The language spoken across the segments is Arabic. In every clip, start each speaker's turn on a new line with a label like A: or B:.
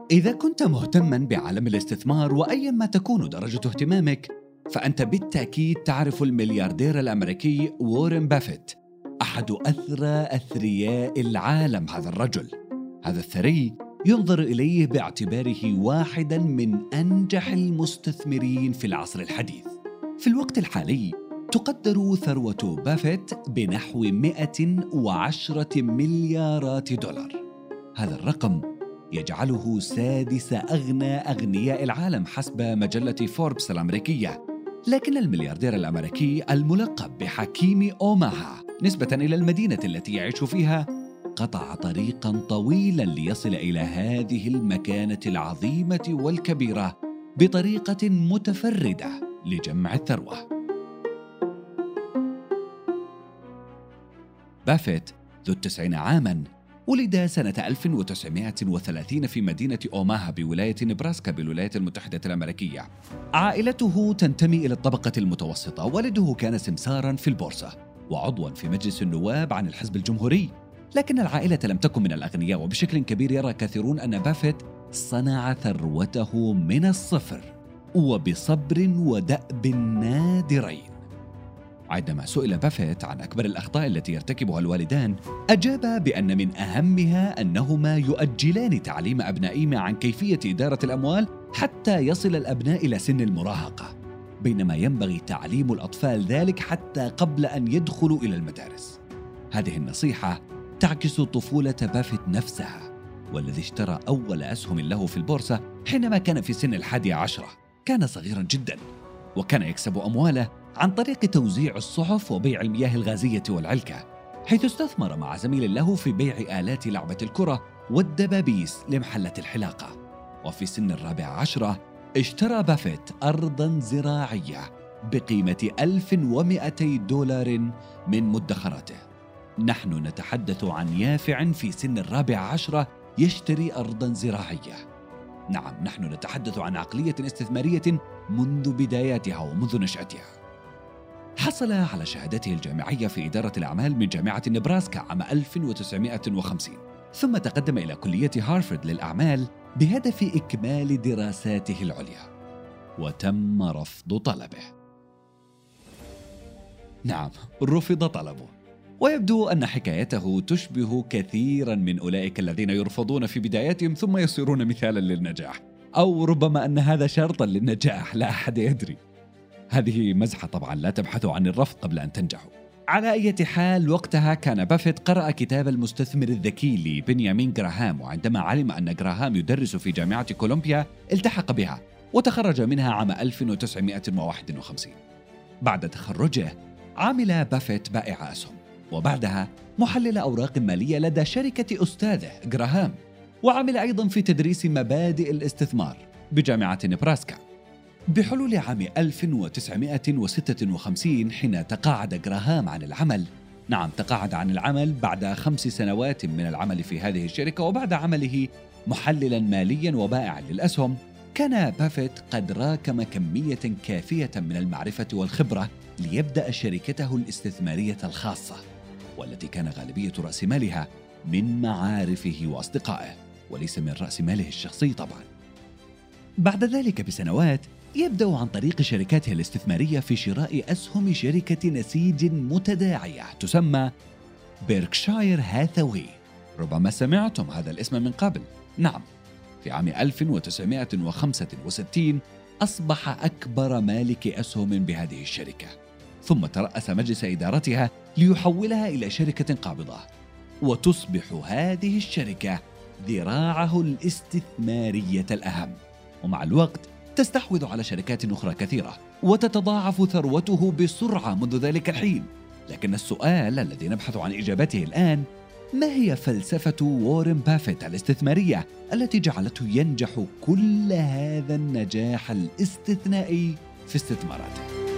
A: إذا كنت مهتماً بعالم الاستثمار وأيا ما تكون درجة اهتمامك، فأنت بالتأكيد تعرف الملياردير الأمريكي وارين بافيت، أحد أثرى أثرياء العالم. هذا الرجل، هذا الثري، ينظر إليه باعتباره واحداً من أنجح المستثمرين في العصر الحديث. في الوقت الحالي تقدر ثروة بافيت بنحو 110 مليارات دولار. هذا الرقم يجعله سادس أغنى أغنياء العالم حسب مجلة فوربس الأمريكية. لكن الملياردير الأمريكي الملقب بحكيم أوماها نسبة إلى المدينة التي يعيش فيها قطع طريقاً طويلاً ليصل إلى هذه المكانة العظيمة والكبيرة بطريقة متفردة لجمع الثروة. بافيت ذو 90 عاماً ولد سنة 1930 في مدينة أوماها بولاية نبراسكا بالولايات المتحدة الأمريكية. عائلته تنتمي إلى الطبقة المتوسطة. والده كان سمساراً في البورصة وعضواً في مجلس النواب عن الحزب الجمهوري. لكن العائلة لم تكن من الأغنياء، وبشكل كبير يرى كثيرون أن بافيت صنع ثروته من الصفر وبصبر ودأب نادرين. عندما سئل بافيت عن أكبر الأخطاء التي يرتكبها الوالدان، أجاب بأن من أهمها أنهما يؤجلان تعليم أبنائهما عن كيفية إدارة الأموال حتى يصل الأبناء إلى سن المراهقة، بينما ينبغي تعليم الأطفال ذلك حتى قبل أن يدخلوا إلى المدارس. هذه النصيحة تعكس طفولة بافيت نفسها، والذي اشترى أول أسهم له في البورصة حينما كان في سن 11. كان صغيرا جدا، وكان يكسب أمواله عن طريق توزيع الصحف وبيع المياه الغازية والعلكة، حيث استثمر مع زميل له في بيع آلات لعبة الكرة والدبابيس لمحلة الحلاقة. وفي سن 14 اشترى بافيت أرضاً زراعية بقيمة $1200 من مدخراته. نحن نتحدث عن يافع في سن 14 يشتري أرضاً زراعية. نعم، نحن نتحدث عن عقلية استثمارية منذ بداياتها ومنذ نشأتها. حصل على شهادته الجامعية في إدارة الأعمال من جامعة نبراسكا عام 1950، ثم تقدم إلى كلية هارفارد للأعمال بهدف إكمال دراساته العليا، وتم رفض طلبه. نعم، رفض طلبه. ويبدو أن حكايته تشبه كثيراً من أولئك الذين يرفضون في بداياتهم ثم يصيرون مثالاً للنجاح، أو ربما أن هذا شرطاً للنجاح، لا أحد يدري. هذه مزحة طبعاً، لا تبحثوا عن الرفض قبل أن تنجحوا. على أي حال، وقتها كان بافيت قرأ كتاب المستثمر الذكي لبنيامين غراهام، وعندما علم أن غراهام يدرس في جامعة كولومبيا التحق بها وتخرج منها عام 1951. بعد تخرجه عمل بافيت بائع أسهم، وبعدها محلل أوراق مالية لدى شركة أستاذه غراهام، وعمل أيضاً في تدريس مبادئ الاستثمار بجامعة نبراسكا. بحلول عام 1956 حين تقاعد غراهام عن العمل، نعم تقاعد عن العمل بعد 5 سنوات من العمل في هذه الشركة وبعد عمله محللاً مالياً وبائعاً للأسهم، كان بافيت قد راكم كمية كافية من المعرفة والخبرة ليبدأ شركته الاستثمارية الخاصة، والتي كان غالبية رأس مالها من معارفه وأصدقائه وليس من رأس ماله الشخصي طبعاً. بعد ذلك بسنوات يبدأ عن طريق شركاته الاستثمارية في شراء أسهم شركة نسيج متداعية تسمى بيركشاير هاثاوي. ربما سمعتم هذا الاسم من قبل. نعم، في عام 1965 أصبح أكبر مالك أسهم بهذه الشركة، ثم ترأس مجلس إدارتها ليحولها إلى شركة قابضة، وتصبح هذه الشركة ذراعه الاستثمارية الأهم، ومع الوقت تستحوذ على شركات أخرى كثيرة وتتضاعف ثروته بسرعة منذ ذلك الحين. لكن السؤال الذي نبحث عن إجابته الآن: ما هي فلسفة وارين بافيت الاستثمارية التي جعلته ينجح كل هذا النجاح الاستثنائي في استثماراته؟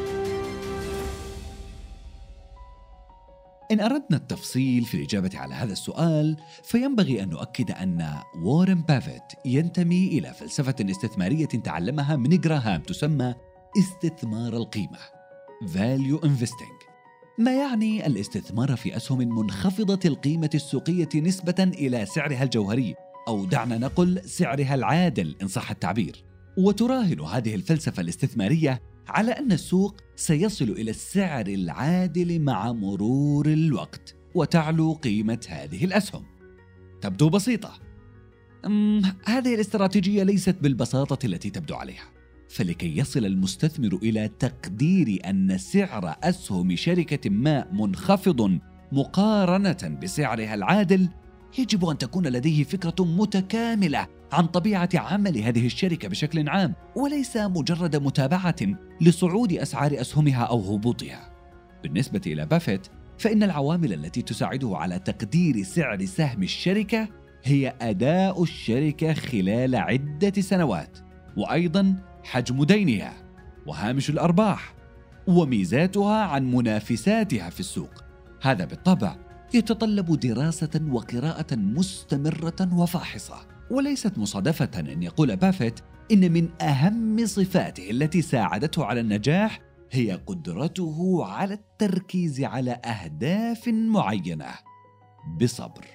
A: إن أردنا التفصيل في الإجابة على هذا السؤال، فينبغي أن نؤكد أن وارين بافيت ينتمي إلى فلسفة استثمارية تعلمها من غراهام تسمى استثمار القيمة Value Investing، ما يعني الاستثمار في أسهم منخفضة القيمة السوقية نسبة إلى سعرها الجوهري، أو دعنا نقل سعرها العادل إن صح التعبير. وتراهن هذه الفلسفة الاستثمارية على أن السوق سيصل إلى السعر العادل مع مرور الوقت وتعلو قيمة هذه الأسهم. تبدو بسيطة. هذه الاستراتيجية ليست بالبساطة التي تبدو عليها، فلكي يصل المستثمر إلى تقدير أن سعر أسهم شركة ما منخفض مقارنة بسعرها العادل، يجب أن تكون لديه فكرة متكاملة عن طبيعة عمل هذه الشركة بشكل عام، وليس مجرد متابعة لصعود أسعار أسهمها أو هبوطها. بالنسبة إلى بافيت، فإن العوامل التي تساعده على تقدير سعر سهم الشركة هي أداء الشركة خلال عدة سنوات، وأيضاً حجم دينها، وهامش الأرباح، وميزاتها عن منافساتها في السوق. هذا بالطبع يتطلب دراسة وقراءة مستمرة وفاحصة، وليست مصادفة أن يقول بافيت إن من أهم صفاته التي ساعدته على النجاح هي قدرته على التركيز على أهداف معينة بصبر.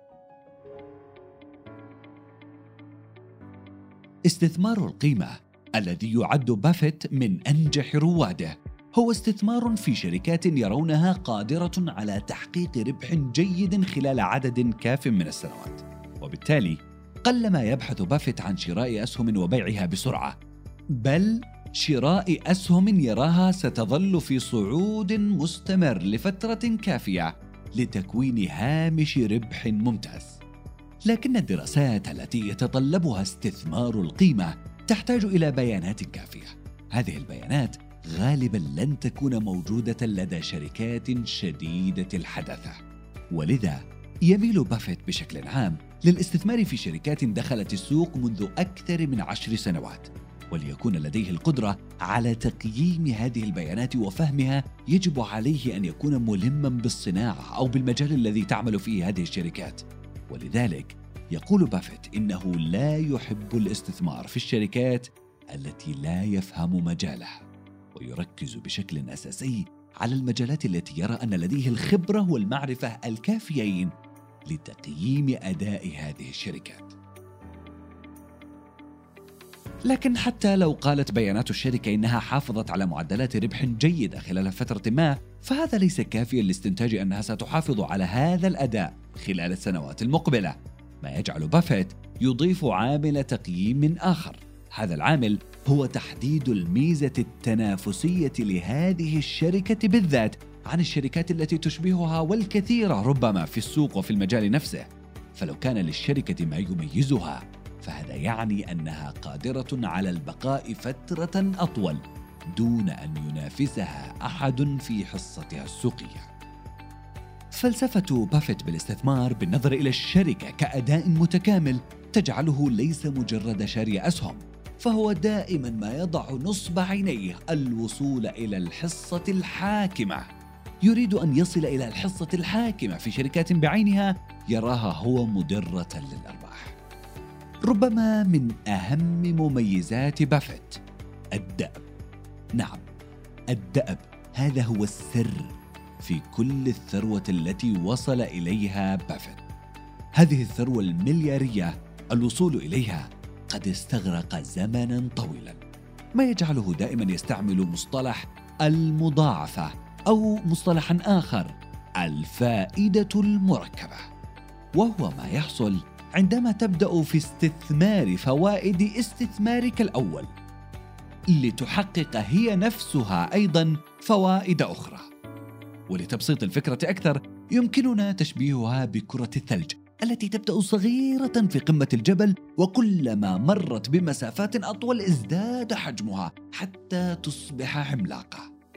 A: استثمار القيمة الذي يعد بافيت من أنجح رواده هو استثمار في شركات يرونها قادرة على تحقيق ربح جيد خلال عدد كاف من السنوات، وبالتالي قلما يبحث بافيت عن شراء أسهم وبيعها بسرعة، بل شراء أسهم يراها ستظل في صعود مستمر لفترة كافية لتكوين هامش ربح ممتاز. لكن الدراسات التي يتطلبها استثمار القيمة تحتاج إلى بيانات كافية. هذه البيانات غالباً لن تكون موجودة لدى شركات شديدة الحداثة، ولذا يميل بافيت بشكل عام للاستثمار في شركات دخلت السوق منذ أكثر من 10 سنوات. وليكون لديه القدرة على تقييم هذه البيانات وفهمها، يجب عليه أن يكون ملماً بالصناعة أو بالمجال الذي تعمل فيه هذه الشركات. ولذلك يقول بافيت إنه لا يحب الاستثمار في الشركات التي لا يفهم مجالها، ويركز بشكل أساسي على المجالات التي يرى أن لديه الخبرة والمعرفة الكافيين لتقييم أداء هذه الشركات. لكن حتى لو قالت بيانات الشركة إنها حافظت على معدلات ربح جيدة خلال فترة ما، فهذا ليس كافيا لاستنتاج أنها ستحافظ على هذا الأداء خلال السنوات المقبلة، ما يجعل بافيت يضيف عامل تقييم آخر. هذا العامل هو تحديد الميزة التنافسية لهذه الشركة بالذات عن الشركات التي تشبهها والكثير ربما في السوق وفي المجال نفسه. فلو كان للشركة ما يميزها، فهذا يعني أنها قادرة على البقاء فترة أطول دون أن ينافسها أحد في حصتها السوقية. فلسفة بافيت بالاستثمار بالنظر إلى الشركة كأداء متكامل تجعله ليس مجرد شاري أسهم، فهو دائما ما يضع نصب عينيه الوصول إلى الحصة الحاكمة. يريد أن يصل إلى الحصة الحاكمة في شركات بعينها يراها هو مدرة للأرباح. ربما من أهم مميزات بافيت الدأب. نعم، الدأب هذا هو السر في كل الثروة التي وصل إليها بافيت. هذه الثروة المليارية الوصول إليها قد استغرق زمناً طويلاً، ما يجعله دائماً يستعمل مصطلح المضاعفة أو مصطلحاً آخر الفائدة المركبة، وهو ما يحصل عندما تبدأ في استثمار فوائد استثمارك الأول لتحقق هي نفسها أيضاً فوائد أخرى. ولتبسيط الفكرة أكثر، يمكننا تشبيهها بكرة الثلج التي تبدأ صغيرة في قمة الجبل، وكلما مرت بمسافات أطول ازداد حجمها حتى تصبح عملاقة.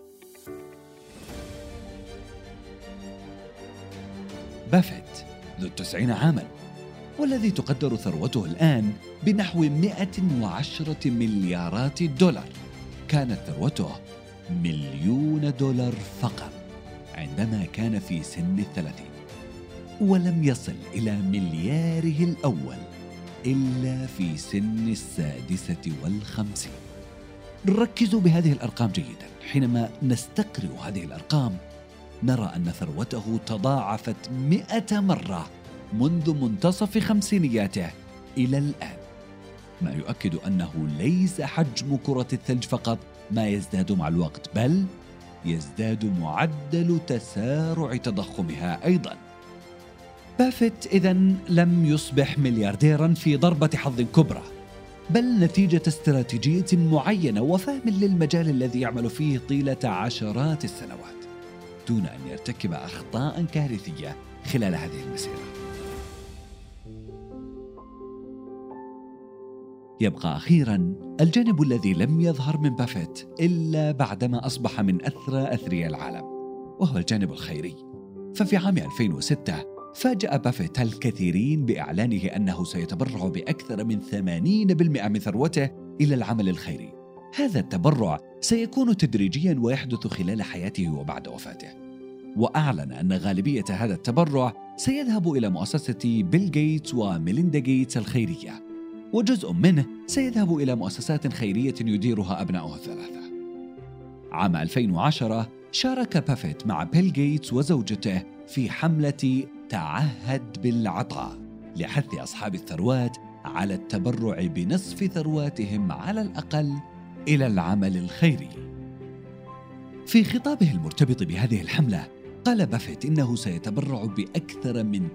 A: بافيت ذو 90 عاماً، والذي تقدر ثروته الآن بنحو 110 مليارات دولار، كانت ثروته $1,000,000 فقط عندما كان في سن 30، ولم يصل إلى ملياره الأول إلا في سن 56. ركزوا بهذه الأرقام جيدا. حينما نستقرئ هذه الأرقام نرى أن ثروته تضاعفت 100 مرة منذ منتصف خمسينياته إلى الآن، ما يؤكد أنه ليس حجم كرة الثلج فقط ما يزداد مع الوقت، بل يزداد معدل تسارع تضخمها أيضاً. بافيت إذن لم يصبح مليارديراً في ضربة حظ كبرى، بل نتيجة استراتيجية معينة وفهم للمجال الذي يعمل فيه طيلة عشرات السنوات، دون أن يرتكب أخطاء كارثية خلال هذه المسيرة. يبقى أخيراً الجانب الذي لم يظهر من بافيت إلا بعدما أصبح من أثرى أثرياء العالم، وهو الجانب الخيري. ففي عام 2006 فاجأ بافيت الكثيرين بإعلانه أنه سيتبرع بأكثر من 80% من ثروته إلى العمل الخيري. هذا التبرع سيكون تدريجياً ويحدث خلال حياته وبعد وفاته، وأعلن أن غالبية هذا التبرع سيذهب إلى مؤسسة بيل غيتس وميليندا غيتس الخيرية، وجزء منه سيذهب إلى مؤسسات خيرية يديرها أبناؤه الثلاثة. عام 2010 شارك بافيت مع بيل غيتس وزوجته في حملة تعهد بالعطاء لحث أصحاب الثروات على التبرع بنصف ثرواتهم على الأقل إلى العمل الخيري. في خطابه المرتبط بهذه الحملة قال بافيت إنه سيتبرع بأكثر من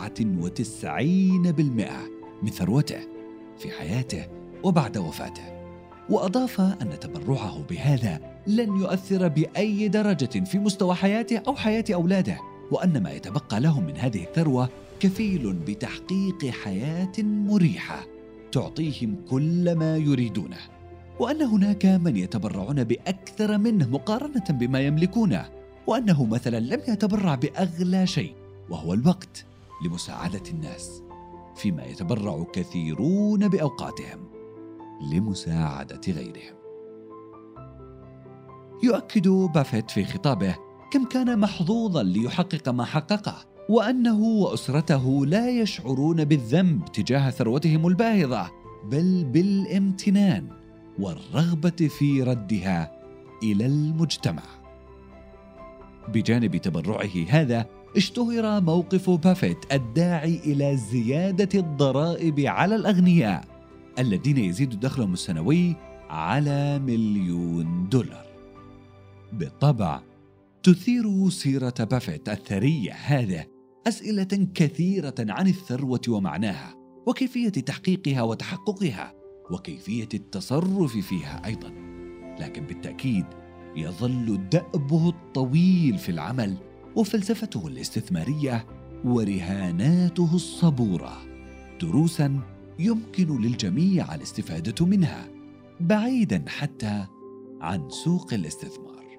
A: 99% من ثروته في حياته وبعد وفاته، وأضاف أن تبرعه بهذا لن يؤثر بأي درجة في مستوى حياته أو حياة أولاده، وأن ما يتبقى لهم من هذه الثروة كفيل بتحقيق حياة مريحة تعطيهم كل ما يريدونه، وأن هناك من يتبرعون بأكثر منه مقارنة بما يملكونه، وأنه مثلا لم يتبرع بأغلى شيء وهو الوقت لمساعدة الناس، فيما يتبرع كثيرون بأوقاتهم لمساعدة غيرهم. يؤكد بافيت في خطابه كم كان محظوظاً ليحقق ما حققه، وأنه وأسرته لا يشعرون بالذنب تجاه ثروتهم الباهظة، بل بالامتنان والرغبة في ردها إلى المجتمع. بجانب تبرعه هذا اشتهر موقف بافيت الداعي إلى زيادة الضرائب على الأغنياء الذين يزيد دخلهم السنوي على $1,000,000. بالطبع تثير سيرة بافيت الثرية هذه أسئلة كثيرة عن الثروة ومعناها وكيفية تحقيقها وتحققها وكيفية التصرف فيها أيضا، لكن بالتأكيد يظل دأبه الطويل في العمل وفلسفته الاستثمارية ورهاناته الصبورة دروساً يمكن للجميع الاستفادة منها بعيداً حتى عن سوق الاستثمار.